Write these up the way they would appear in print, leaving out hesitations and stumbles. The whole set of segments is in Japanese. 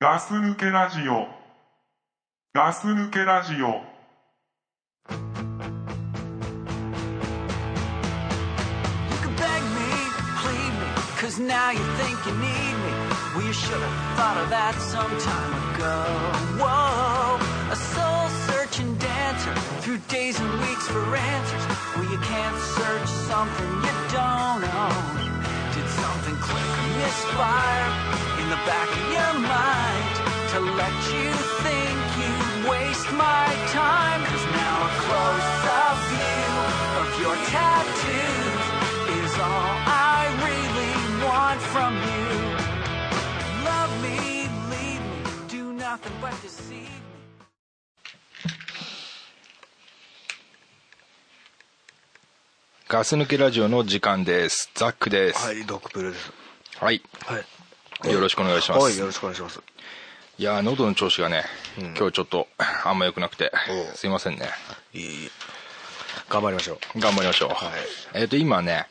ガス抜けラジオ。ガス抜けラジオ。 Cause now you think you need me. Well, you should have thought of that some time ago. Whoa, a soul-searching dancer through days and weeks for answers. Well, you can't search something you don't own. Did something click or misfire in the back of your mind to let you think you'd waste my time? Cause now a close-up view of your tattoos is all I really want from you. Love me, leave me, do nothing but deceive me. ガス抜けラジオの時間です。ザックです。 はい、ドクプルです。 はい、 はい、 よろしくお願いします。 はい、よろしくお願いします。 いやー、喉の調子がね、今日ちょっとあんま良くなくてすいませんね。 いい頑張りましょう。 頑張りましょう。 はい、 今ね、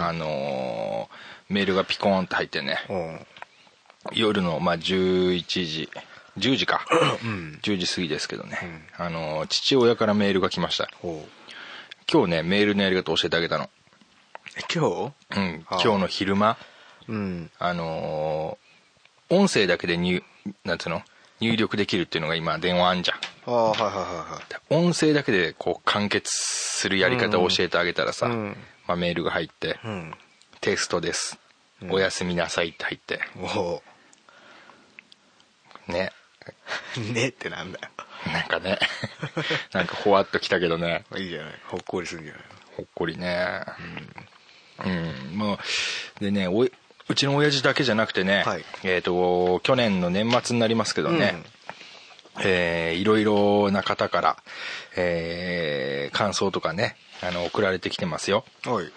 メールがピコーンって入ってね、夜の11時10時か、10時過ぎですけどね、父親からメールが来ました。今日ね、メールのやり方教えてあげたの。 今日？ 今日の昼間、音声だけでなんつうの、入力できるっていうのが今電話あんじゃん。音声だけでこう完結するやり方を教えてあげたらさ、メールが入って、テストです、おやすみなさいって入って、ねねってなんだよ。 なんかねなんかほわっときたけどね。 いいじゃない、ほっこりするんじゃない。 ほっこりね。まあでね、うちの親父だけじゃなくてね、去年の年末になりますけどね、いろいろな方から、感想とかね、送られてきてますよ。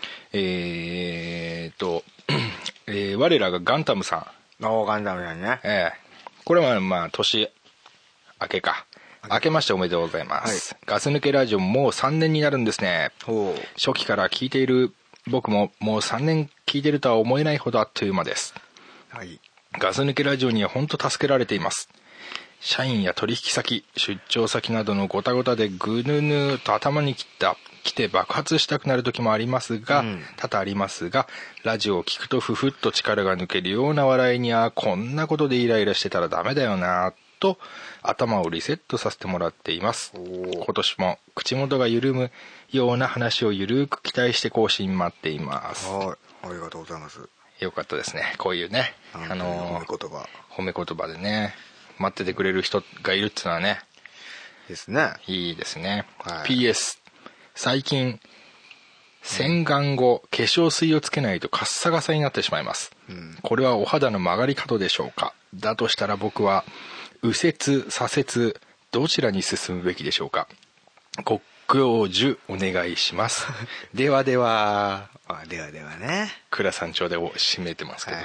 我らがガンタムさん。 ガンタムさんね。 これはまあ年明けか。明けましておめでとうございます。ガス抜けラジオもう3年になるんですね。初期から聞いている僕ももう3年聞いてるとは思えないほどあっという間です。ガス抜けラジオには本当助けられています。社員や取引先、出張先などのごたごたでぐぬぬと頭に来て爆発したくなる時もありますが、多々ありますが、ラジオを聞くとふふっと力が抜けるような笑いには、こんなことでイライラしてたらダメだよなと頭をリセットさせてもらっています。今年も口元が緩むような話をゆるく期待して更新待っています。 ありがとうございます。 よかったですね、こういうね、褒め言葉でね、待っててくれる人がいるっていうのはね、 ですね、 いいですね。PS、最近洗顔後化粧水をつけないとカッサガサになってしまいます。これはお肌の曲がり角でしょうか。だとしたら僕は右折左折どちらに進むべきでしょうか。ご教授お願いしますではでは。 ではではね。 倉山町で締めてますけどね。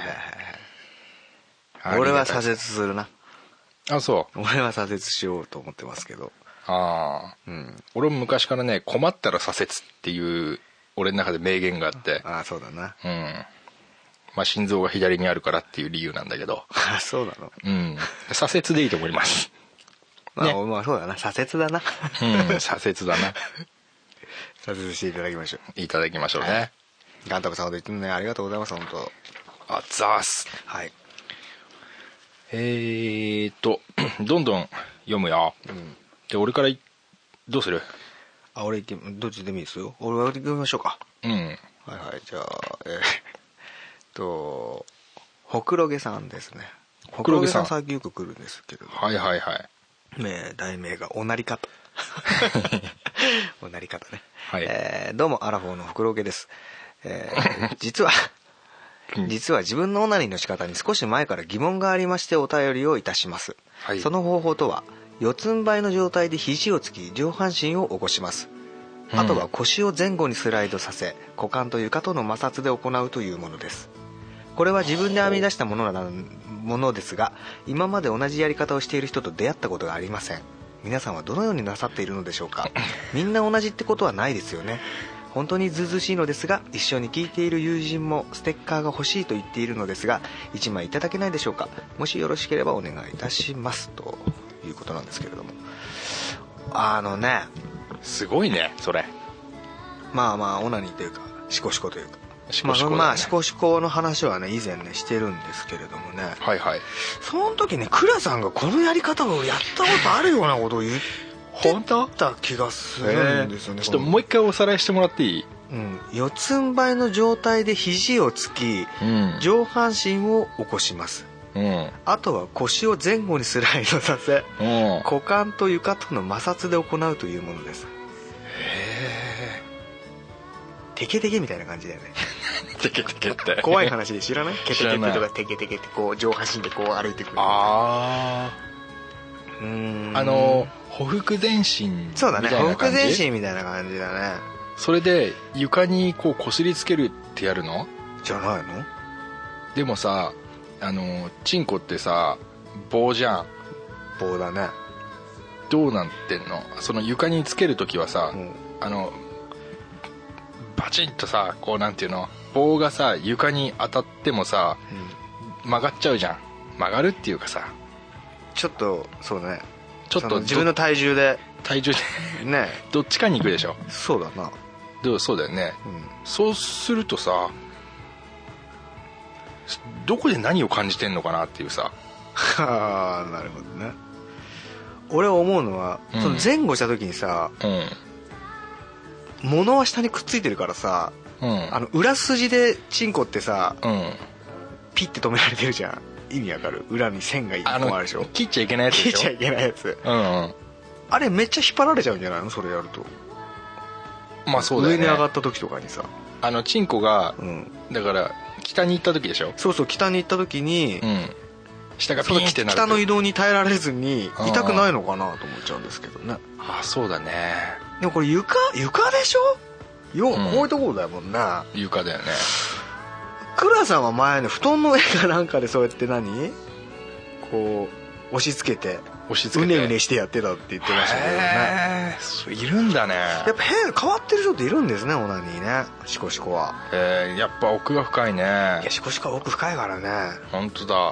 俺は左折するな。 あ、そう。 俺は左折しようと思ってますけど。 俺も昔からね、困ったら左折っていう俺の中で名言があって。 そうだな。 まあ心臓が左にあるからっていう理由なんだけど。 そうなの。 左折でいいと思います。 まあそうだな、左折だな。 左折だな。 左折していただきましょう。 いただきましょうね。 ガンタムさんほど言ってね、ありがとうございます。本当。 ザース。どんどん読むよ。で、俺からどうする？ 俺行って、どっちでもいいですよ。俺は行ってみましょうか。じゃあほくろげさんですね。ほくろげさん最近よく来るんですけど。題名がおなり方。おなり方ね。どうもアラフォーのほくろげです。実は自分のオナニーの仕方に少し前から疑問がありましてお便りをいたします。その方法とは、四つん這いの状態で肘をつき上半身を起こします。あとは腰を前後にスライドさせ、股間と床との摩擦で行うというものです。これは自分で編み出したものですが、今まで同じやり方をしている人と出会ったことがありません。皆さんはどのようになさっているのでしょうか。みんな同じってことはないですよね。 本当にずうずうしいのですが、一緒に聞いている友人もステッカーが欲しいと言っているのですが、1枚いただけないでしょうか。もしよろしければお願いいたします、ということなんですけれども、 すごいねそれ。 まあオナニーというかシコシコというか、 シコシコだね。 まあシコシコの話はね以前ねしてるんですけれどもね、 はいはい。 その時ね倉さんがこのやり方をやったことあるようなことを言ってた気がするんですよね。 ちょっともう一回おさらいしてもらっていい？ 四つん這いの状態で肘をつき、上半身を起こします。あとは腰を前後にスライドさせ、股間と床との摩擦で行うというものです。へえ。テケテケみたいな感じだよね。 テケテケって怖い話で知らない？ケテケテとかテケテケってこう上半身でこう歩いてくる。 ほふく前進みたいな感じ。 そうだね、ほふく前進みたいな感じだね。 それで床にこう擦りつけるってやるの？ じゃないの？ でもさ、チンコってさ棒じゃん。 棒だね。 どうなってんの？その床につけるときはさ、バチンとさ、こうなんていうの、棒がさ床に当たってもさ、曲がっちゃうじゃん。曲がるっていうかさ、 ちょっとそうね、 ちょっと自分の体重でねどっちかに行くでしょ。 そうだな。 そうだよね、そうするとさ、どこで何を感じてんのかなっていうさ。 なるほどね。俺は思うのは、その前後した時にさ、物は下にくっついてるからさ、裏筋でチンコってさ、ピッて止められてるじゃん。意味わかる？裏に線が一個あるでしょ。 切っちゃいけないやつでしょ。 切っちゃいけないやつ。あれめっちゃ引っ張られちゃうんじゃないの？それやると。 まあそうだよね。 上に上がった時とかにさ、 チンコが、だから北に行った時でしょ。 そうそう、北に行った時に、 下がピンってなる。 北の移動に耐えられずに痛くないのかなと思っちゃうんですけどね。 そうだね。 でもこれ床でしょ。こういうところだもんな。 床だよね。 倉さんは前ね、布団の上かなんかでそうやってこう押し付けてうねうねしてやってたって言ってましたけどね。 そういるんだね。 やっぱ変わってる人っているんですね、オナニーね。シコシコは。 やっぱ奥が深いね。いや、シコシコは奥深いからね。 本当だ。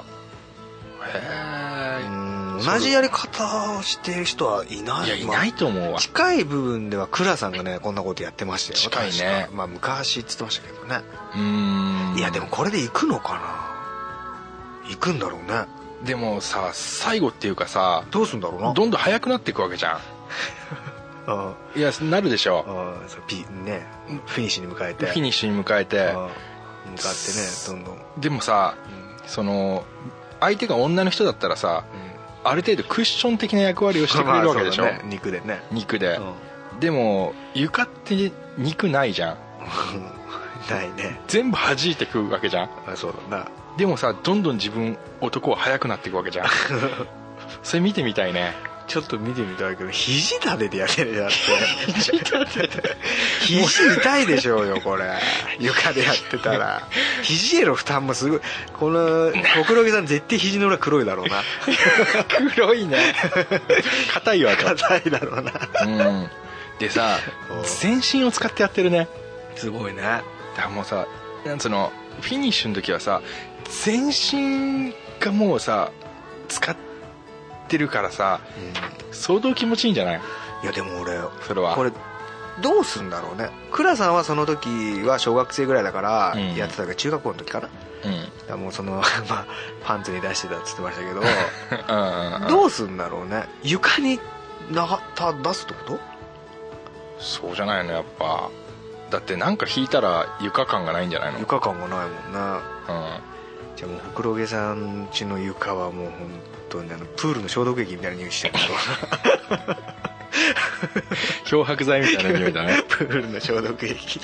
同じやり方をしている人はいない。 いや、いないと思うわ。 近い部分では倉さんがねこんなことやってましたよ。 近いね。 まあ昔って言ってましたけどね。いやでもこれで行くのかな。行くんだろうね。 でもさ、最後っていうかさ、 どうすんだろうな。 どんどん速くなっていくわけじゃん。いや、なるでしょ。 ね、フィニッシュに向かえて向かってね、 どんどん。 でもさ、その相手が女の人だったらさ、ある程度クッション的な役割をしてくれるわけでしょ。 肉でね。 でも床って肉ないじゃん。 ないね。 全部弾いてくわけじゃん。 そうだな。 でもさ、どんどん男は速くなっていくわけじゃん。それ見てみたいね。 ちょっと見てみたいけど、肘立てでやってるやって肘立て肘痛いでしょうよこれ。床でやってたら肘への負担もすごい。このほくろげさん絶対肘の裏黒いだろうな。 黒いね。硬いわ。 硬いだろうな。 でさ、全身を使ってやってるね。 すごいね。 だからもうさ、そのフィニッシュの時はさ、全身がもうさ使ってるからさ、相当気持ちいいんじゃない？ いやでも俺それはこれどうすんだろうね。倉さんはその時は小学生ぐらいだからやってたから、中学校の時かな。だからもうそのまあパンツに出してたっつってましたけど、どうすんだろうね。床に出すってこと？ そうじゃないのやっぱ。だってなんか引いたら床感がないんじゃないの？床感がないもんな。じゃあもうほくろげさん家の床はもう本当にプールの消毒液みたいな匂いしちゃう。 漂白剤みたいな匂いだね。 プールの消毒液。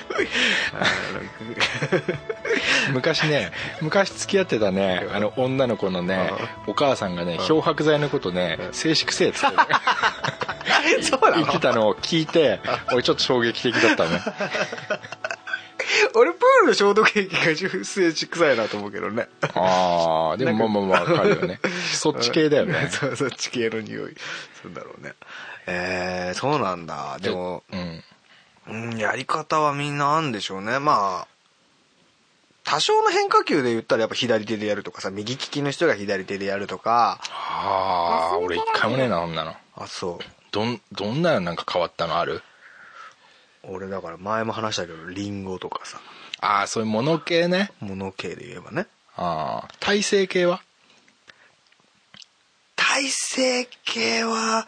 昔付き合ってたね、女の子のね、お母さんがね、漂白剤のことね、静粛せえっつって言ってたのを聞いて、俺ちょっと衝撃的だったね。 俺プールの消毒液が静粛臭いなと思うけどね。 でもまあ分かるよね。そっち系だよね。 そっち系の匂いするんだろうね。そうなんだ。でもやり方はみんなあんでしょうね。まあ多少の変化球で言ったらやっぱ左手でやるとかさ、右利きの人が左手でやるとか。 俺一回もねえな、そんなの。 あ、そう。 どんななんか変わったのある？ 俺だから前も話したけどリンゴとかさ。 そういうもの系ね。 もの系で言えばね。 体勢系は？ 体勢系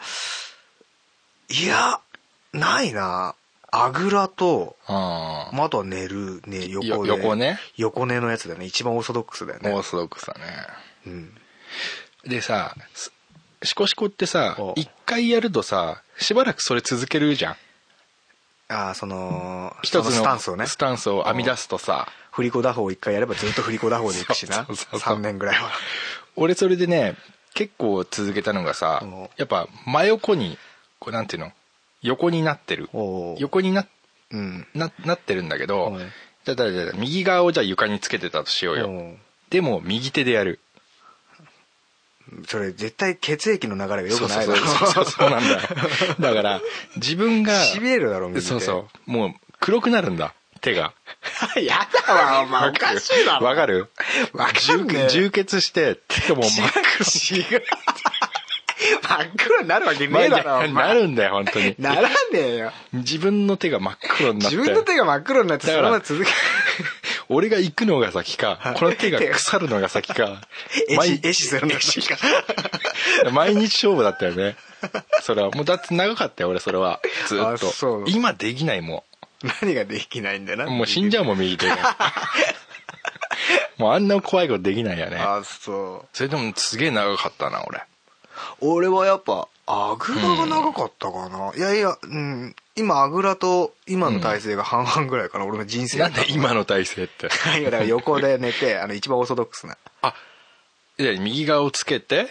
はいやないな。あぐらと、あとは寝るね、横寝のやつだよね。一番オーソドックスだよね。 オーソドックスだね。でさ、シコシコってさ、一回やるとさ、しばらくそれ続けるじゃん。 その一つのスタンスをね、 スタンスを編み出すとさ、 振り子打法を一回やればずっと振り子打法でいくしな。3年ぐらいは。 俺それでね、結構続けたのがさ、やっぱ真横にこうなんていうの、横になってる、横になってるんだけど、じゃあ右側をじゃあ床につけてたとしようよ。でも右手でやる。 それ絶対血液の流れが良くないだろ。 そうなんだよ。だから自分がしびれるだろ、右手。 そうもう黒くなるんだ、手が。 やだわ、お前おかしいだろ。 わかる？充血して手がもう真っ黒。 真っ黒になるわけねえだろ。 なるんだよ、本当に。 ならねえよ。 自分の手が真っ黒になって。 自分の手が真っ黒になって、そのまま続け。 俺が行くのが先か、この手が腐るのが先か。 壊死するのが先か。 毎日勝負だったよね。それは。もうだって長かったよ、俺それは。ずっと。今できないもん。何ができないんだよな。 もう死んじゃうもん、右手が。もうあんな怖いことできないよね。 そう。 それでもすげえ長かったな、 俺はやっぱあぐらが長かったかな。いや、今あぐらと今の体勢が半々ぐらいかな、俺の人生。 なんで今の体勢って。 いやだから横で寝て、一番オーソドックスな。 右側をつけて、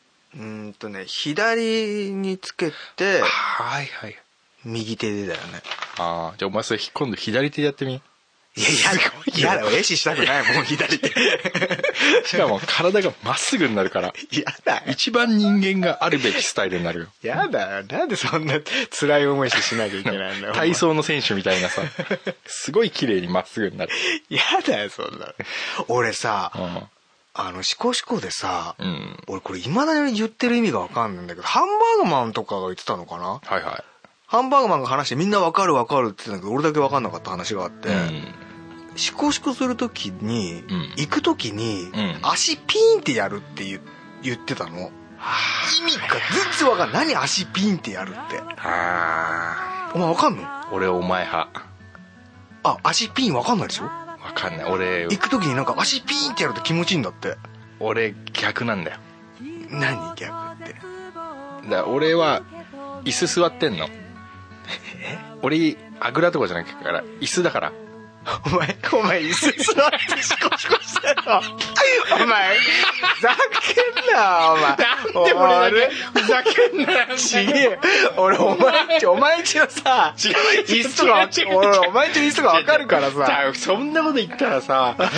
左につけて、 はい。 右手でだよね。 じゃあお前それ今度左手でやってみ。 いやだ、壊死したくないもん、左手。 しかも体がまっすぐになるから。 やだ。 一番人間があるべきスタイルになるよ。 やだよ。なんでそんな辛い思いしなきゃいけないんだよ。 体操の選手みたいなさ、すごい綺麗にまっすぐになる。 やだよ、そんな。俺さ、シコシコでさ、俺これ未だに言ってる意味がわかんないんだけど、ハンバーグマンとかが言ってたのかな。ハンバーグマンが話してみんなわかるって言ってたんだけど、俺だけわかんなかった話があって、シコシコするときに、行くときに、足ピーンってやるって言ってたの。意味が全然わかんない。何足ピーンってやるって。お前わかんの？ 俺お前派。 足ピーンわかんないでしょ？ わかんない。俺行くときになんか足ピーンってやると気持ちいいんだって。 俺逆なんだよ。 何逆って。 俺は椅子座ってんの。俺あぐらとかじゃないから椅子だから。 お前椅子座ってシコシコしてんの。お前ふざけんな、お前。 なんで俺だけふざけんなよ。 ちげえ。俺お前んちのさ、椅子とか俺お前んちの椅子とかわかるからさ。 そんなこと言ったらさ、お前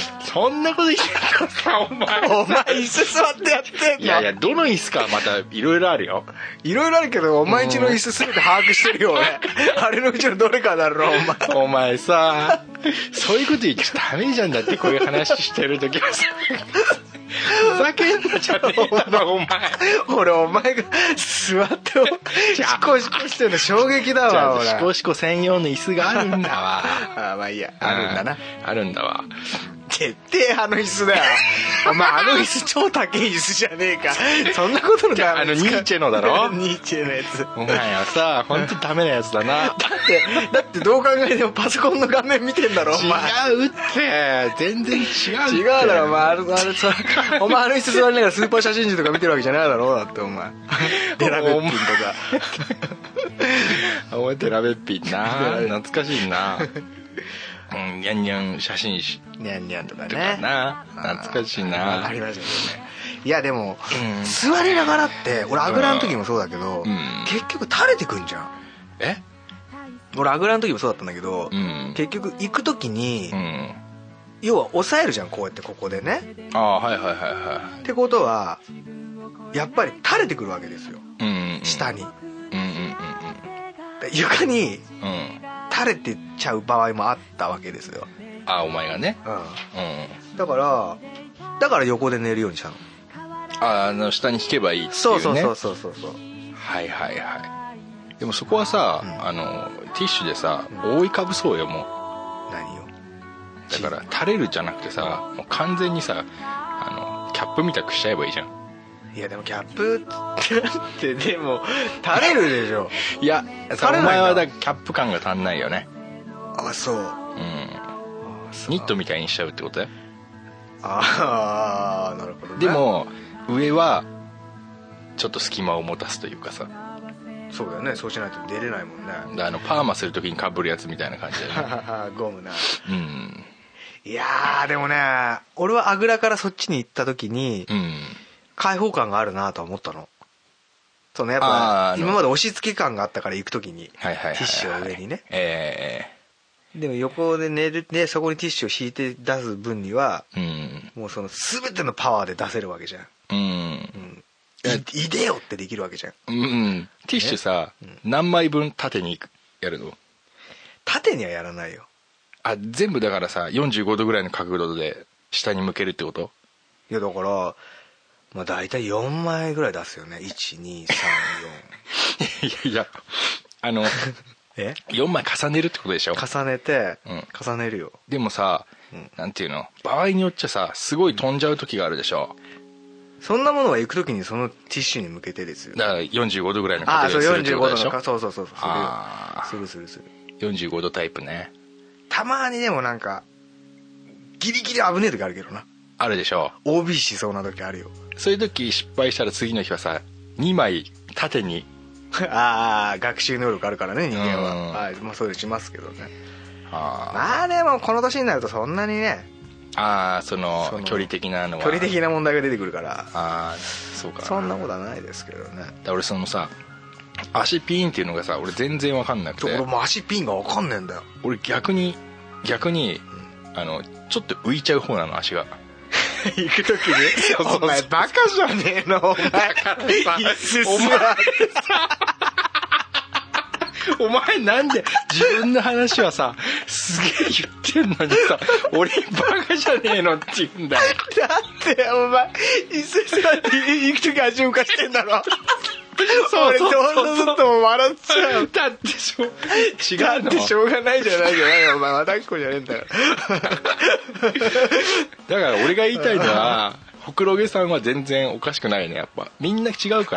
椅子座ってやってんの。 いやどの椅子かまたいろいろあるよ。 いろいろあるけど、お前んちの椅子すべて把握してるよ俺。あれのうちのどれかだろお前さ、そういうこと言っちゃダメじゃん。だってこういう話してる時はさ、ふざけんなじゃねえだろお前。 俺お前が座ってシコシコしてるの衝撃だわ。俺シコシコ専用の椅子があるんだわ。 まあいいや、あるんだな。 あるんだわ。 絶対椅子だよ。お前椅子超高い椅子じゃねえか。そんなことのダメ。 ニーチェのだろ。 ニーチェのやつ。 お前はさ、本当ダメなやつだな。 だってどう考えてもパソコンの画面見てんだろお前。 違うって。全然違うって。 違うだろお前。お前椅子座りながらスーパー写真集とか見てるわけじゃないだろ。だってお前。デラベッピンとか。 お前デラベッピンな。懐かしいな。ニャンニャン写真集。 ニャンニャンとかね。 懐かしいな。 ありましたよね。いやでも、座りながらって俺あぐらの時もそうだけど、結局垂れてくんじゃん。俺あぐらの時もそうだったんだけど、結局行く時に、要は押さえるじゃん、こうやってここでね。ってことはやっぱり垂れてくるわけですよ、下に。床に垂れてっちゃう場合もあったわけですよ。 あ、お前がね。 うん、だから横で寝るようにしたの。 下に引けばいいっていうね。 そうそう。 はいはいはい。でもそこはさ、ティッシュでさ、覆いかぶそうよ。もう何よ。 だから垂れるじゃなくてさ、もう完全にさ、キャップみたくしちゃえばいいじゃん。 いやでもキャップってでも垂れるでしょ。 いや、お前はキャップ感が足んないよね。 あ、そう。 ニットみたいにしちゃうってことだよ。 ああ、なるほどね。 でも上はちょっと隙間を持たすというかさ。 そうだよね。そうしないと出れないもんね。 パーマするときにかぶるやつみたいな感じだよね。 ゴムな。いやーでもね、俺はあぐらからそっちに行った時に、開放感があるなと思ったの。そのやっぱ今まで押し付け感があったから行く時に、ティッシュを上にね。でも横で寝るでそこにティッシュを敷いて出す分には、もうその全てのパワーで出せるわけじゃん。いでよってできるわけじゃん。 ティッシュさ、何枚分縦にやるの？ 縦にはやらないよ。 全部だからさ、45度ぐらいの角度で下に向けるってこと？ いやだから、まあ大体4枚ぐらい出すよね。1、2、3、 4。いや4枚重ねるってことでしょ？ 重ねて、重ねるよ。 でもさ、なんていうの、場合によっちゃさ、すごい飛んじゃう時があるでしょ。 そんなものは行く時にそのティッシュに向けてですよ。 だから45度ぐらいの角度でするってことでしょ。 そうする 45度タイプね。 たまにでもなんかギリギリ危ねえ時あるけどな。 あるでしょ。 OB しそうな時あるよ。 そういう時失敗したら次の日はさ、2枚縦に学習能力あるからね、人間は。まあそうしますけどね。まあでもこの年になるとそんなにね、 その距離的なのは、 距離的な問題が出てくるから、 そうかな。 そんなことはないですけどね。 俺そのさ、足ピーンっていうのがさ、俺全然分かんなくて。 俺も足ピンが分かんねえんだよ。 俺逆にちょっと浮いちゃう方なの、足が。 行く時にお前バカじゃねえの、お前。 お前なんで自分の話はさ、すげえ言ってんのにさ、俺バカじゃねえのって言うんだよ。 だってお前椅子座って行く時足浮かしてんだろ。俺どんどんと笑っちゃう。 だって違うの。 だってしょうがないじゃないよ、お前和田っ子じゃねえんだよ。 だから俺が言いたいのは、ほくろげさんは全然おかしくないね、やっぱ。みんな違うから。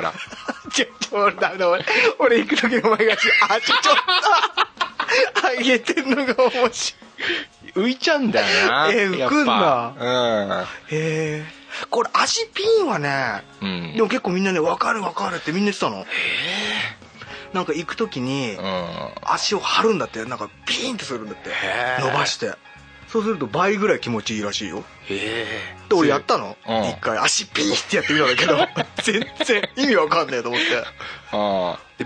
俺行く時のお前がちょっと上げてんのが面白い。 浮いちゃうんだよな。 浮くんだ。これ足ピンはね、でも結構みんなね、分かるってみんな言ってたの。なんか行く時に足を張るんだって、なんかピンってするんだって、伸ばして。そうすると倍ぐらい気持ちいいらしいよ。で俺やったの、一回足ピーってやってみたんだけど全然意味わかんねえと思って。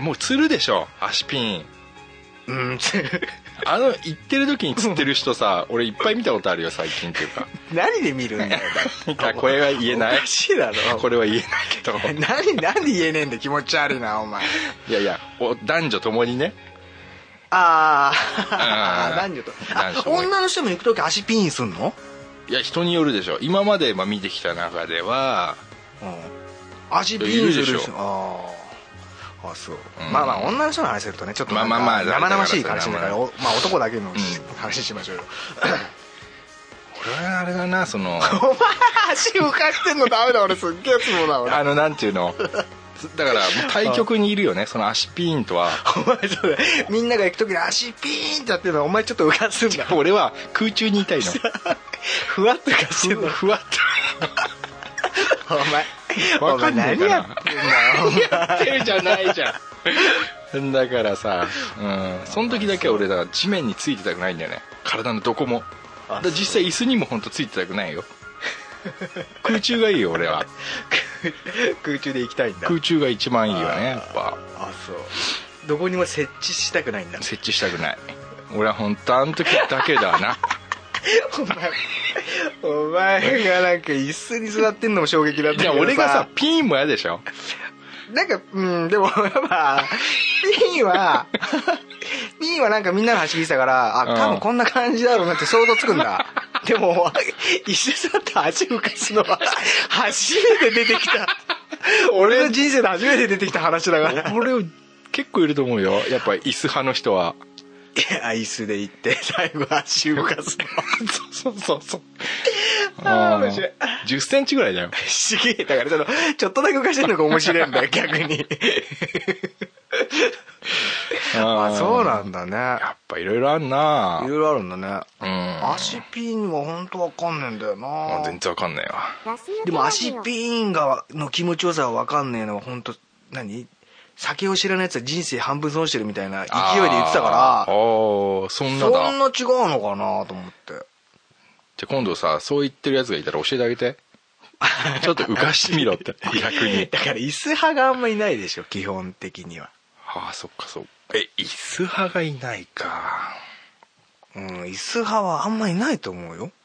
でもう釣るでしょ、足ピン。行ってる時に釣ってる人さ、俺いっぱい見たことあるよ、最近っていうか。 何で見るんだよ。 これは言えない。 おかしいだろ。 これは言えないけど。 何で言えねえんで、気持ち悪いなお前。 いや男女ともにね。 男女と。女の人も行く時足ピンすんの？ いや、人によるでしょ。今まで見てきた中では、 足ピンする人。そう。まあ女の人の話するとね、ちょっと生々しい話だから、男だけの話しましょうよ。 俺はあれだな、お前足浮かしてんのダメだ、俺すっげえつもだ、俺。 なんていうの、だから対極にいるよね、その足ピーンとは。 お前そうだ、みんなが行く時に足ピーンってやってるのお前ちょっと浮かすんだ。 俺は空中にいたいの。 ふわっと浮かしてんの。 ふわっと。お前何やってんだよ。 やってるじゃないじゃん。だからさ、その時だけは俺だから地面についてたくないんだよね、体のどこも。実際椅子にも本当ついてたくないよ。空中がいいよ、俺は。 空中で行きたいんだ。 空中が一番いいよね、やっぱ。 そう。どこにも設置したくないんだ。 設置したくない。俺は本当あの時だけだな。 お前がなんか椅子に座ってんのも衝撃だったけどさ。 俺がさ、ピンも嫌でしょ。 なんかでもやっぱピンはピンはなんかみんなの話聞いてたから多分こんな感じだろうなって想像つくんだ。でも伊勢さんって足浮かすのは初めて出てきた。俺の人生で初めて出てきた話だから。 俺結構いると思うよ、やっぱ椅子派の人は。 いや、椅子で行って最後足動かすの。 そう面白い。10センチぐらいだよ。 すげえ。だからちょっとだけ動かしてるのが面白いんだよ逆に。そうなんだね。 やっぱいろいろあんな。 いろいろあるんだね。足ピンは本当わかんねえんだよな。 全然わかんないわ。 でも足ピンの気持ちよさはわかんねえのは本当酒を知らないやつは人生半分損してるみたいな勢いで言ってたから、そんな違うのかなと思って。 じゃあ今度さ、そう言ってるやつがいたら教えてあげて。ちょっと浮かしてみろって逆に。 だから椅子派があんまいないでしょ基本的には。 そっかそっか。椅子派がいないか。 椅子派はあんまいないと思うよ。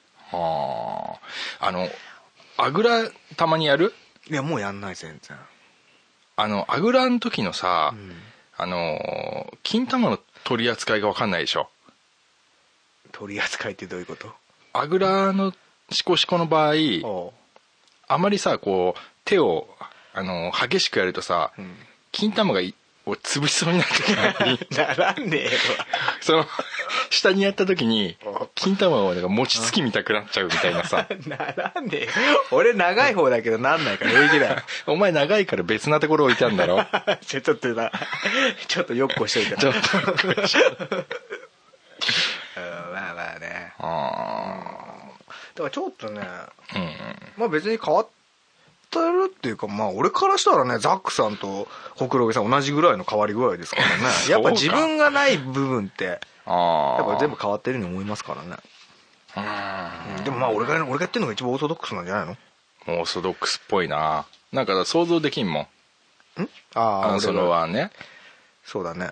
あぐらたまにやる？ いやもうやんない全然。 あぐらの時のさ、金玉の取り扱いが分かんないでしょ。 取り扱いってどういうこと？ あぐらのシコシコの場合、あまりさこう手を激しくやるとさ、金玉を潰しそうになってならんねえよ。 その下にやった時に金玉を餅つきみたくなっちゃうみたいなさ。 ならんねえよ。俺長い方だけどなんないから平気だよ。 お前長いから別なところ置いてあるんだろ。 ちょっとよっこしといて。まあまあね。だからちょっとね、まあ別に変わってるっていうか、まあ俺からしたらね、ザックさんとほくろげさん同じぐらいの変わり具合ですからね。やっぱ自分がない部分ってやっぱ全部変わってるように思いますからね。でもまあ俺が言ってるのが一番オーソドックスなんじゃないの？ オーソドックスっぽいな。なんか想像できんもん。それはね。 そうだね。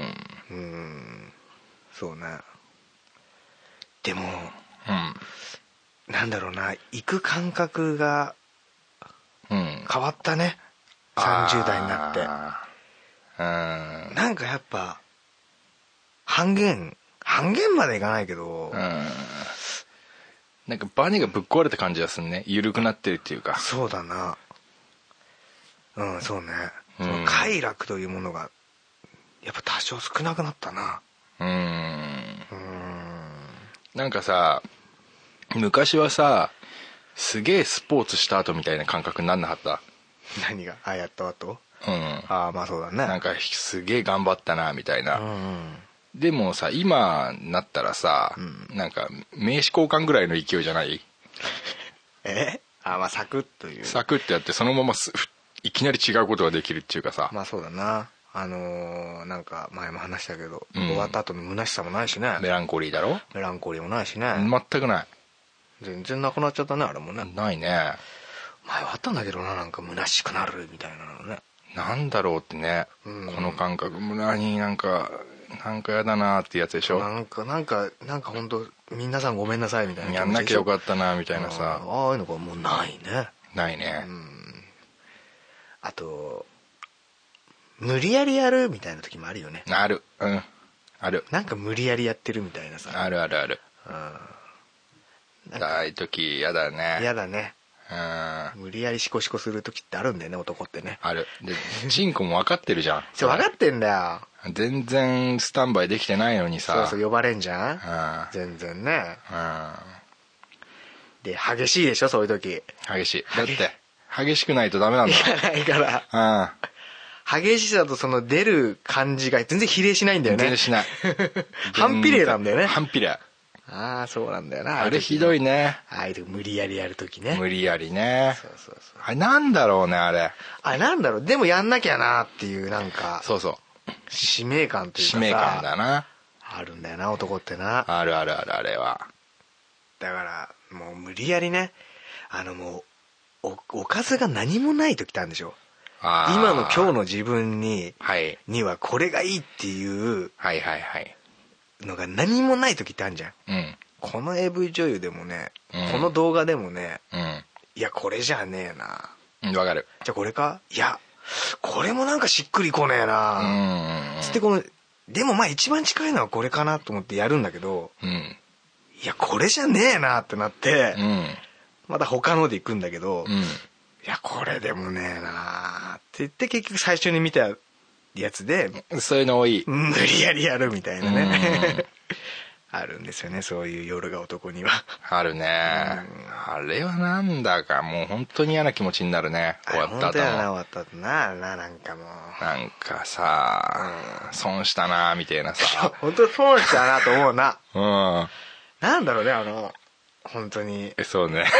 そうね。でも、なんだろうな、行く感覚が変わったね。30代になって。なんかやっぱ半減までいかないけど、 なんかバネがぶっ壊れた感じがするね。緩くなってるっていうか。 そうだな。そうね。その快楽というものがやっぱ多少少なくなったな。 なんかさ、昔はさ、すげえスポーツした後みたいな感覚になんなかった？ 何が？やった後？まあそうだね。 なんかすげえ頑張ったなみたいな。でもさ、今なったらさ、なんか名刺交換ぐらいの勢いじゃない？ まあサクッという。 サクッとやってそのままいきなり違うことができるっていうかさ。 まあそうだな。なんか前も話したけど、終わった後の虚しさもないしね。 メランコリーだろ？ メランコリーもないしね。 全くない。 全然なくなっちゃったね、あれもね。 ないね。 前はあったんだけどな、なんか虚しくなるみたいなのね。 なんだろうってね、この感覚。村になんかやだなってやつでしょ。 なんか本当皆さんごめんなさいみたいな。 やんなきゃよかったなみたいなさ。 ああいうのがもうないね。 ないね。 あと無理やりやるみたいな時もあるよね。 ある。ある。 なんか無理やりやってるみたいなさ。 ある。ああいう時やだね。 やだね。無理やりシコシコする時ってあるんだよね、男ってね。 ある。でチンコも分かってるじゃん。 分かってんだよ。 全然スタンバイできてないのにさ。 そう呼ばれんじゃん。全然ね。で激しいでしょ、そういう時。 激しい。だって激しくないとダメなんだ。 いらないから。激しさとその出る感じが全然比例しないんだよね。 全然しない。 反比例なんだよね。 反比例。 そうなんだよな。 あれひどいね。 無理やりやるときね。 無理やりね。 そう。 あれなんだろうね、あれ。 なんだろう。でもやんなきゃなっていうなんか。 そう。 使命感というかさ。 使命感だな。 あるんだよな、男ってな。 あるあれは。 だからもう無理やりね。もうおかずが何もない時ってあるんでしょ。今の今日の自分にはこれがいいっていうのが何もない時ってあるじゃん。この AV 女優でもね、この動画でもね、いやこれじゃねえな。 わかる。 じゃあこれか？いやこれもなんかしっくりこねえな。つってこのでもまあ一番近いのはこれかなと思ってやるんだけど、 うん、 いやこれじゃねえなってなって、うん、また他ので行くんだけど、うん、いやこれでもねえなって言って結局最初に見たやつでそういうの多い、 無理やりやるみたいなね、あるんですよね、そういう夜が男には。 あるね、あれはなんだかもう本当に嫌な気持ちになるね、終わった後。 本当やな、終わった後なんかもうなんかさ、損したなみたいなさ本当損したなと思うな。 うん、 なんだろうね、本当にそうね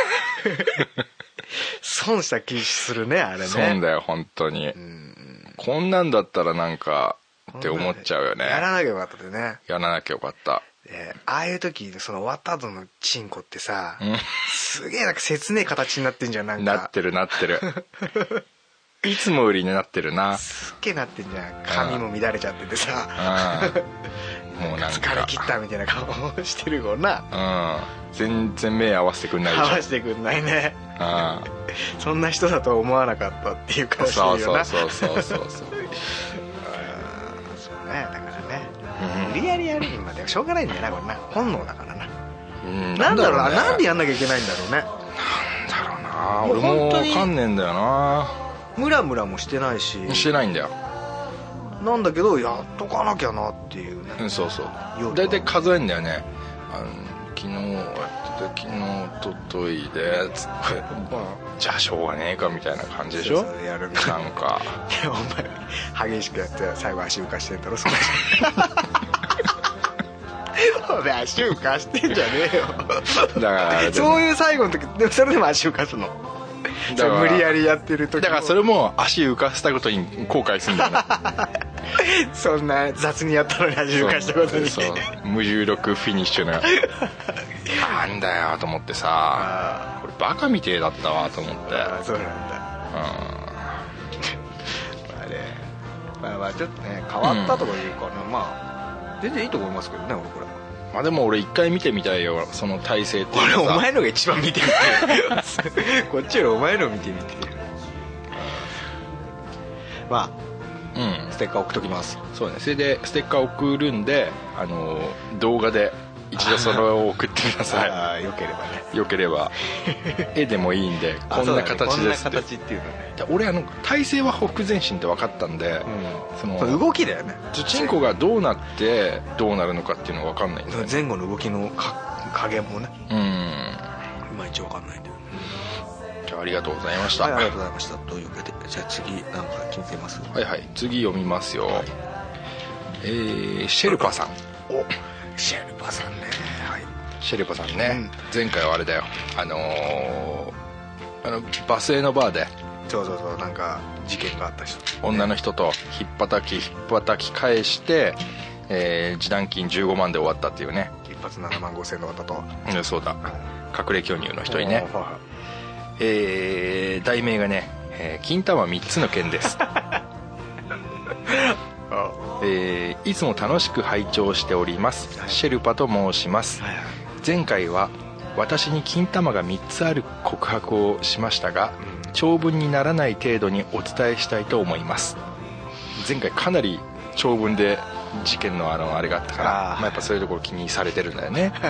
損した気するね、あれね。 損だよ本当に、こんなんだったらなんかって思っちゃうよね。 やらなきゃよかったでね。 やらなきゃよかった。 ああいう時その終わった後のチンコってさ、すげえなんか切ねえ形になってんじゃん。なんかなってるいつもよりになってるな。 すっげえなってんじゃん。髪も乱れちゃっててさ、もうなんか疲れ切ったみたいな顔してるもんな。 全然目合わせてくんないじゃん。合わせてくんないね。そんな人だとは思わなかったっていう顔してるよな。 そうそうね、だからね、無理やりやるにまではしょうがないんだよな、これな。本能だからな。なんだろうな、なんでやんなきゃいけないんだろうね。 なんだろうな、俺も分かんねえんだよな。 ムラムラもしてないし。 してないんだよ。 なんだけどやっとかなきゃなっていうね。 そう大体数えんだよね。昨日やってて、昨日とといでつってじゃあしょうがねえかみたいな感じでしょ。 そうやるなんかいやお前激しくやって最後足浮かしてんだろそれお前足浮かしてんじゃねえよだからそういう最後の時でもそれでも足浮かすの。無理やりやってる時だからそれも足浮かしたことに後悔するんだよねそんな雑にやったのに足浮かしたことに。 そう無重力フィニッシュななんだよと思ってさ、これバカみてえだったわと思って。 そうなんだ。まあちょっとね変わったとかいうかね、まあ全然いいと思いますけどね、俺これ。 まあでも俺一回見てみたいよ、その体勢っていうか。 俺お前のが一番見てみてこっちよりお前の見てみて。まあ、ステッカー送っときます。 そうね、それでステッカー送るんで、動画で一度それを送ってください。 よければね。 よければ絵でもいいんでこんな形ですって。 こんな形っていうのね。 俺体勢はほふ前進って分かったんで、 その動きだよね。 チンコがどうなってどうなるのかっていうのが分かんないんだよね。 前後の動きの加減もね、いまいち分かんないんだよ。 じゃあありがとうございました。 はい、ありがとうございました。というわけでじゃあ次なんか決めてます？ はいはい、次読みますよ。シェルパさん。 お、シェルパさんね。はい、 シェルパさんね、前回はあれだよ、バスへのバーでそうなんか事件があった人、 女の人とひっぱたき返して、示談金15万で終わったっていうね。 一発7万5千円で終わったと。 そうだ、隠れ巨乳の人にね。題名がね、金玉3つの件ですいつも楽しく拝聴しております、シェルパと申します。前回は私に金玉が3つある告白をしましたが、長文にならない程度にお伝えしたいと思います。前回かなり長文で事件のあれがあったから、まあ、やっぱそういうところ気にされてるんだよね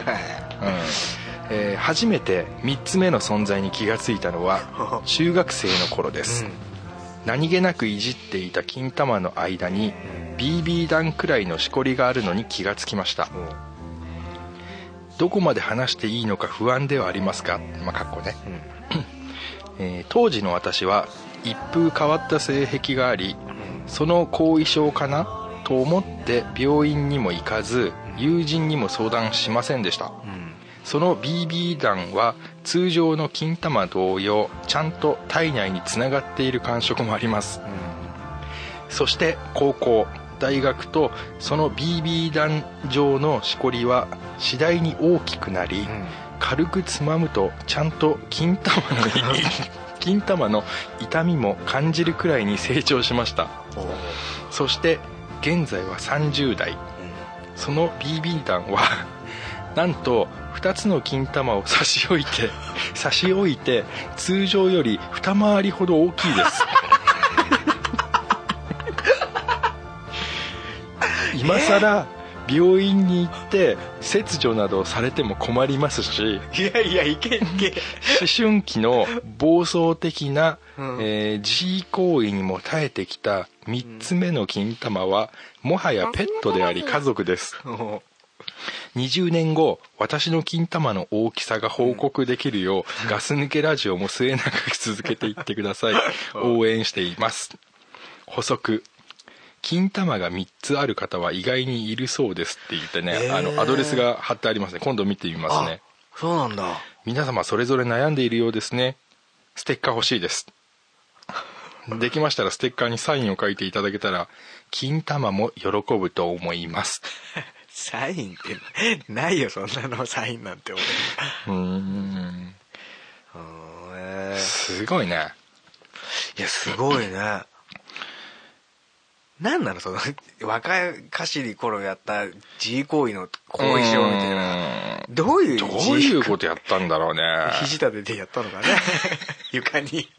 初めて3つ目の存在に気がついたのは中学生の頃です、何気なくいじっていた金玉の間に BB 弾くらいのしこりがあるのに気がつきました。どこまで話していいのか不安ではありますが、かっこね、当時の私は一風変わった性癖があり、その後遺症かなと思って病院にも行かず友人にも相談しませんでした、その BB 弾は通常の金玉同様ちゃんと体内につながっている感触もあります、そして高校大学とその BB 弾状のしこりは次第に大きくなり、軽くつまむとちゃんと金玉の痛みも感じるくらいに成長しました。そして現在は30代、その BB 弾はなんと2つの金玉を差し置いて通常より二回りほど大きいです今更病院に行って切除などされても困りますし、 いやいやいけいけ思春期の暴走的な、自慰行為にも耐えてきた3つ目の金玉はもはやペットであり家族です。20年後私の金玉の大きさが報告できるよう、ガス抜けラジオも末永く続けていってください。応援しています。補足、金玉が3つある方は意外にいるそうですって言ってね、アドレスが貼ってありますね。今度見てみますね。 そうなんだ。 皆様それぞれ悩んでいるようですね。ステッカー欲しいです。できましたらステッカーにサインを書いていただけたら金玉も喜ぶと思います。 サインってないよ、そんなの。サインなんて俺。 すごいね。 いやすごいね。なんなのその若かしり頃やった自慰行為の後遺症みたいな。どういうことやったんだろうね。 肘立ててやったのかね。床に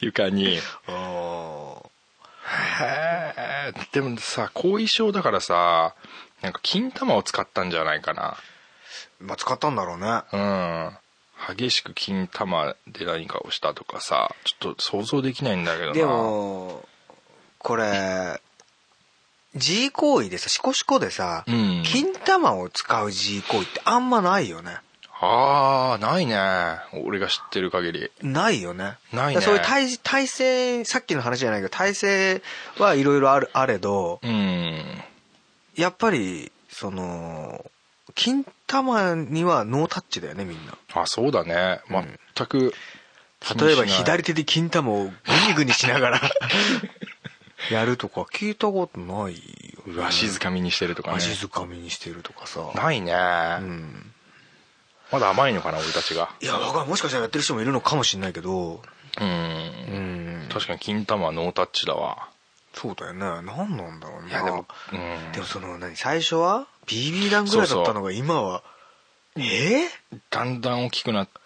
へえ。でもさ、後遺症だからさ、なんか金玉を使ったんじゃないかな。 まあ使ったんだろうね。 激しく金玉で何かをしたとかさ、ちょっと想像できないんだけどな。 でもこれ自慰行為でさ、シコシコでさ、金玉を使う自慰行為ってあんまないよね。 ないね。俺が知ってる限りないよね。 ないね。 そういう体勢、さっきの話じゃないけど体勢はいろいろあれど、やっぱりその金玉にはノータッチだよね、みんな。 そうだね。全く、 例えば左手で金玉をグニグニしながらやるとか聞いたことないよ、ね。 わしづかみにしてるとかね。 わしづかみにしてるとかさ。 ないね。まだ甘いのかな、俺たちが。 いや、わかんない。もしかしたらやってる人もいるのかもしれないけど。 確かに金玉はノータッチだわ。 そうだよね。何なんだろうね。 いやでも、 でもその最初は BB 弾ぐらいだったのが今はだんだん大きくなって、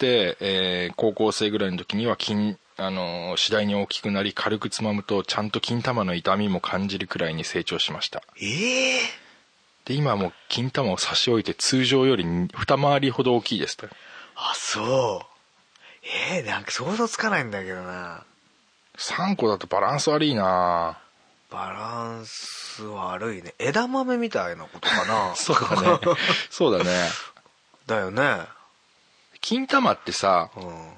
高校生ぐらいの時には次第に大きくなり、軽くつまむとちゃんと金玉の痛みも感じるくらいに成長しました。で今はもう金玉を差し置いて通常より二回りほど大きいですと。 そう。なんか想像つかないんだけどな。 3個だとバランス悪いな。 バランス悪いね。枝豆みたいなことかな。 そうだね。そうだね。 だよね。 金玉ってさ、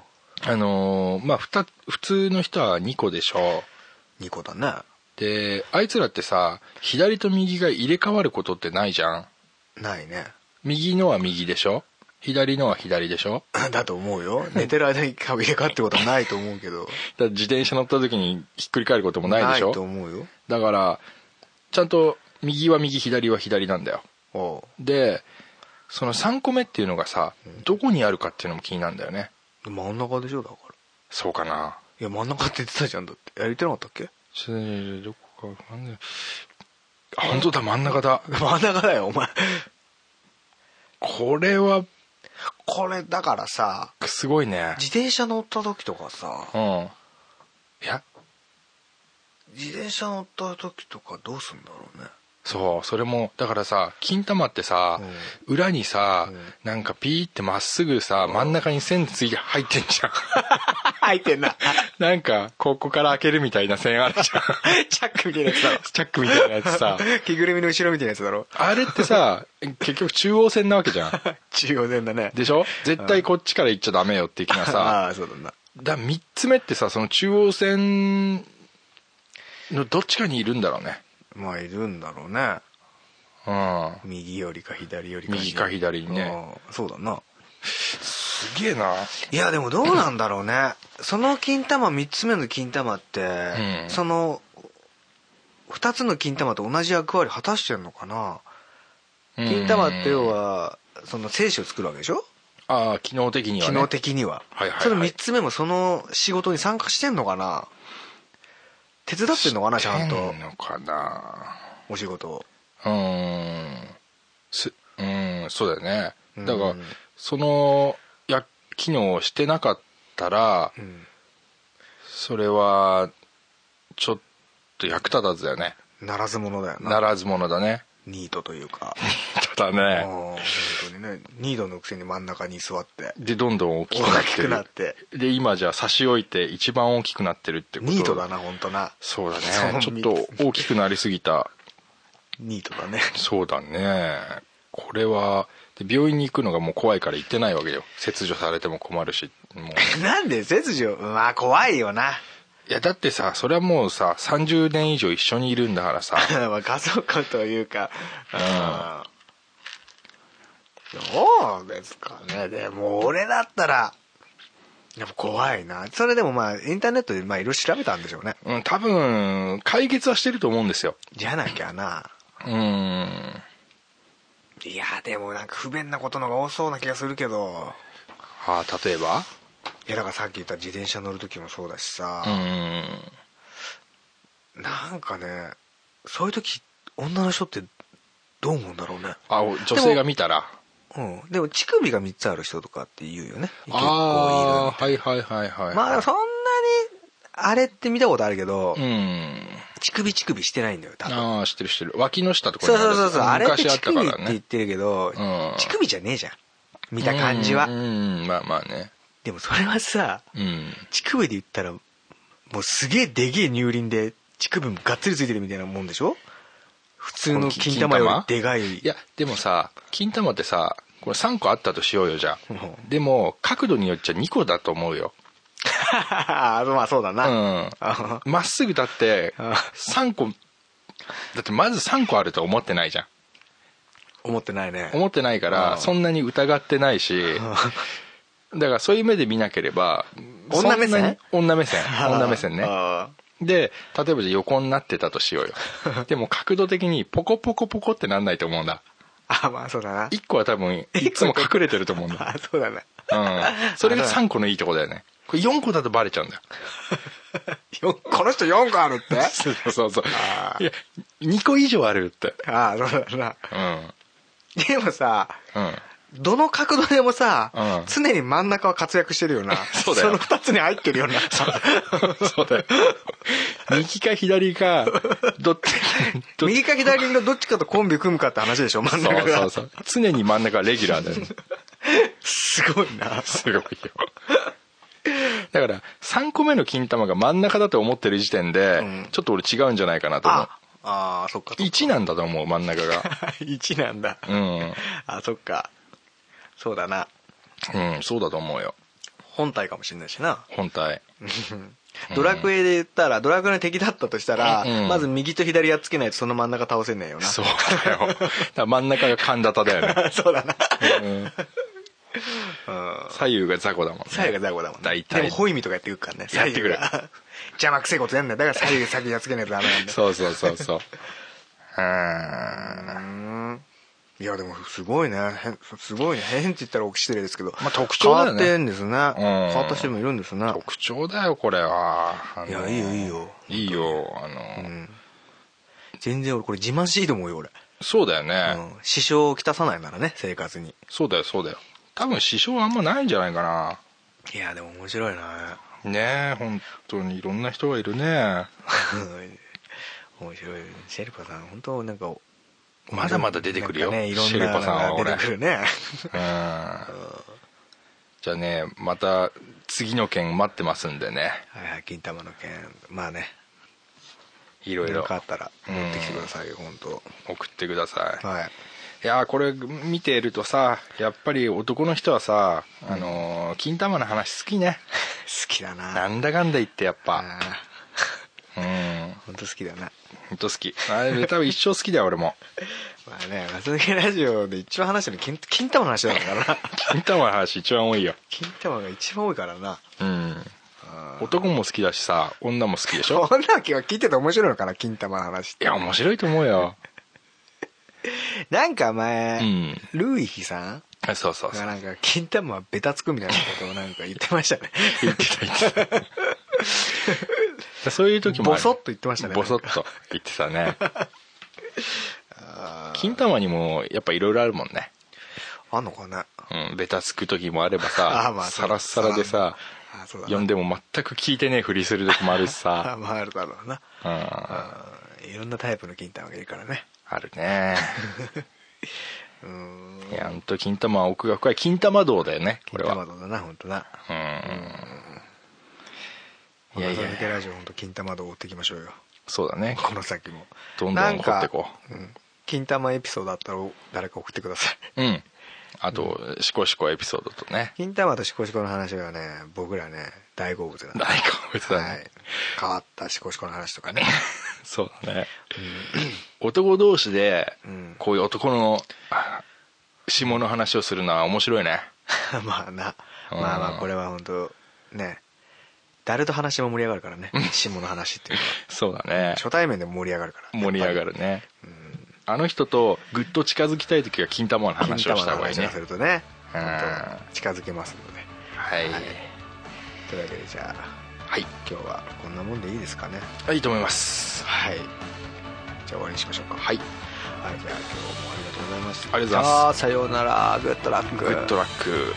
普通の人は2個でしょ。 2個だね。 であいつらってさ、左と右が入れ替わることってないじゃん。 ないね。 右のは右でしょ、左のは左でしょ。 だと思うよ。寝てる間に入れ替わってことはないと思うけど。 だ自転車乗った時にひっくり返ることもないでしょ。 ないと思うよ。 だからちゃんと右は右、左は左なんだよ。でその3個目っていうのがさ、どこにあるかっていうのも気になるんだよね。 真ん中でしょ、だから。 そうかな。 いや真ん中って言ってたじゃん。だって言ってなかったっけ。 どこか本当だ、真ん中だ。 真ん中だよお前。 これだからさ、 すごいね。 自転車乗った時とかさ、 いや自転車乗った時とかどうすんだろうね。 そう、それもだからさ、金玉ってさ、裏にさ、なんかピーってまっすぐさ、真ん中に線ついて入ってんじゃん。 入ってんな。 なんかここから開けるみたいな線あるじゃん。 チャックみたいなやつだろ。 チャックみたいなやつさ。 着ぐるみの後ろみたいなやつだろ。 あれってさ、結局中央線なわけじゃん。 中央線だね。 でしょ。絶対こっちから行っちゃダメよって的なさ。 そうだな。 3つ目ってさ、その中央線のどっちかにいるんだろうね。 まあいるんだろうね。右よりか左よりか。 右か左にね。 そうだな。 すげえな。 いやでもどうなんだろうね。その金玉、3つ目の金玉って、その2つの金玉と同じ役割果たしてんのかな。金玉って要はその精子を作るわけでしょ。 機能的にはね。 機能的には。その3つ目もその仕事に参加してんのかな。手伝ってんのかな、ちゃんと。 してんのかな、 お仕事を。 そうだよね。だからその機能をしてなかったら、それはちょっと役立たずだよね。 ならず者だよな。 ならず者だね。 ニートというか。 ニートだね。 本当にね、ニートのくせに真ん中に座ってでどんどん大きくなってる。で今じゃあ差し置いて一番大きくなってるってこと。 ニートだな本当な。 そうだね、ちょっと大きくなりすぎたニートだね。 そうだね。これはで病院に行くのがもう怖いから行ってないわけよ。切除されても困るし。もうなんで切除。まあ怖いよな。 いやだってさ、それはもうさ30年以上一緒にいるんだからさ家族というか、どうですかね。でも俺だったらやっぱ怖いな。それでもまあインターネットでいろいろ調べたんでしょうね。 多分解決はしてると思うんですよ。 じゃなきゃな。いやでもなんか不便なことのが多そうな気がするけど。 例えばいやだからさっき言った自転車乗る時もそうだしさ、なんかね、そういう時女の人ってどう思うんだろうね。 女性が見たら。 でも乳首が3つある人とかって言うよね。結構いる。 はいはいはいはい。 まあそんなにあれって見たことあるけど、乳首してないんだよ多分。 知ってる。脇の下とかにある。 そうあれって乳首って言ってるけど、乳首じゃねえじゃん見た感じは。 まあまあね。 でもそれはさ、乳首で言ったらもうすげえでげえ乳輪で乳首もがっつりついてるみたいなもんでしょ。普通の金玉よりでかい。 いやでもさ、金玉ってさ、これ3個あったとしようよじゃあ。でも角度によっちゃ2個だと思うよ。 まあそうだな。 まっすぐだって3個だってまず3個あると思ってないじゃん。 思ってないね。 思ってないからそんなに疑ってないし。だからそういう目で見なければ女目線ね。で例えばじゃ横になってたとしようよ。でも角度的にポコポコポコってなんないと思うんだ。 まあそうだな。 1個は多分いつも隠れてると思うんだ。 そうだね。 それが3個のいいとこだよね。これ4個だとバレちゃうんだよ。 この人4個あるって。 そういや2個以上あるって。 そうだな。でもさ、どの角度でもさ、常に真ん中は活躍してるよな。 そうだよ。 その2つに入ってるよな。 そうだよ。右か左か右か左のどっちかとコンビ組むかって話でしょ。真ん中が。 そう常に真ん中はレギュラーだよ。 すごいな。 すごいよ。だから3個目の金玉が真ん中だと思ってる時点で、ちょっと俺違うんじゃないかなと思う。 そっか。 1なんだと思う真ん中が。 1なんだ。そっか。そうだな。 そうだと思うよ。 本体かもしれないしな。 本体。 ドラクエで言ったら、ドラクエの敵だったとしたら、まず右と左やっつけないとその真ん中倒せねえよな。 そうだよ。だから真ん中が神田だよね。 そうだな。 左右が雑魚だもんね。 左右が雑魚だもんね。 大体。 でもホイミとかやってくるからね。 やってくる。 邪魔くせえことやんだよ。だから左右先やっつけないとダメなんだよ。 そう。 いやでもすごいね。すごいね。変って言ったら失礼ですけど。 まあ特徴だよね。 変わってんですね。変わった人もいるんですね。 特徴だよこれは。 いやいいよ。全然俺これ自慢しいと思うよ俺。 そうだよね。 支障をきたさないならね生活に。そうだよ。 多分支障あんまないんじゃないかな。 いやでも面白いな。 ねえ本当にいろんな人がいるね。 面白い。シェルパさん本当なんか。 まだまだ出てくるよ、 いろんなシェルパさんは俺。 出てくるね。 じゃあねまた次の件待ってますんでね。 金玉の件まあねいろいろあったら持ってきてくださいよ本当。 送ってください。いやこれ見ているとさやっぱり男の人はさ金玉の話好きね。 好きだな。 なんだかんだ言ってやっぱ本当好きだな。 本当好き。あれ多分一生好きだよ俺も。 まあねガス抜けラジオで一番話してるの金玉の話だからな。 金玉の話一番多いよ。 金玉が一番多いからな。 男も好きだしさ女も好きでしょ。 女は聞いてて面白いのかな金玉の話って。 いや面白いと思うよ。 なんか前ルーイヒさんそうがなんか金玉はベタつくみたいなことをなんか言ってましたね。 言ってたそういう時もボソッと言ってましたね。 ボソッと言ってたね。金玉にもやっぱいろいろあるもんね。 あんのかね。 ベタつく時もあればさサラッサラでさ呼んでも全く聞いてねえふりする時もあるしさ。 あるだろうな。いろんなタイプの金玉がいるからね。 あるね。いや、ほんと金玉は奥が深い。金玉道だよね、これは。 金玉道だな、ほんとな。いやいや、ガス抜けラジオほんと金玉道を追っていきましょうよ。 そうだね、 この先もどんどん掘っていこう。 金玉エピソードあったら誰か送ってください。 あと、シコシコエピソードとね。 金玉とシコシコの話がね、僕らね、大好物なんで。 大好物だね。 変わったシコシコの話とかね。 そうだね。男同士で、こういう男の下の話をするのは面白いね。 まあな。まあこれは本当ね、誰と話も盛り上がるからね、下の話っていうのは。 そうだね。 初対面でも盛り上がるから。 盛り上がるね。あの人とぐっと近づきたい時は金玉の話をした方がいいね。 金玉の話をするとね、近づけますので。 はい。 というわけでじゃあ、今日はこんなもんでいいですかね。 いいと思います。 はい。じゃあ終わりにしましょうか。 はい。 じゃあ今日もありがとうございました。 ありがとうございます。 さようなら。グッドラック。 グッドラック。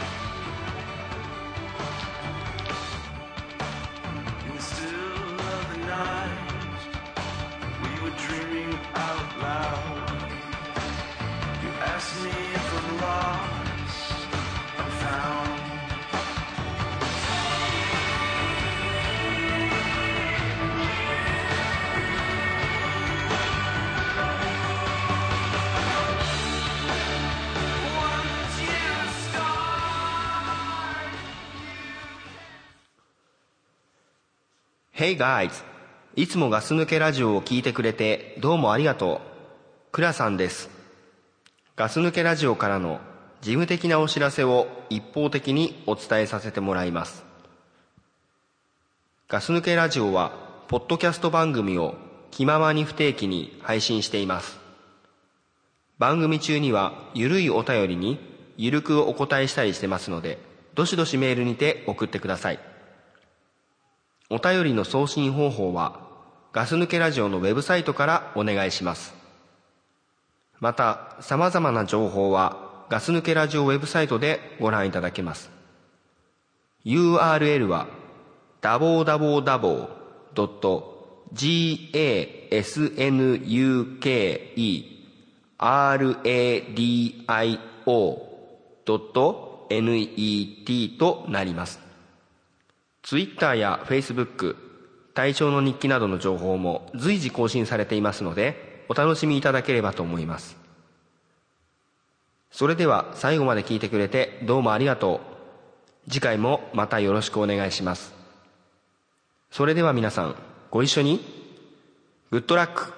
Hey guys! いつもガス抜けラジオを聞いてくれてどうもありがとう。クラさんです。ガス抜けラジオからの事務的なお知らせを一方的にお伝えさせてもらいます。ガス抜けラジオはポッドキャスト番組を気ままに不定期に配信しています。番組中にはゆるいお便りにゆるくお答えしたりしてますので、どしどしメールにて送ってください。お便りの送信方法はガス抜けラジオのウェブサイトからお願いします。また様々な情報はガス抜けラジオウェブサイトでご覧いただけます。 URL は www.gasnukradio.net となります。ツイッターやフェイスブック、隊長の日記などの情報も随時更新されていますので、お楽しみいただければと思います。それでは最後まで聞いてくれてどうもありがとう。次回もまたよろしくお願いします。それでは皆さん、ご一緒に。グッドラック。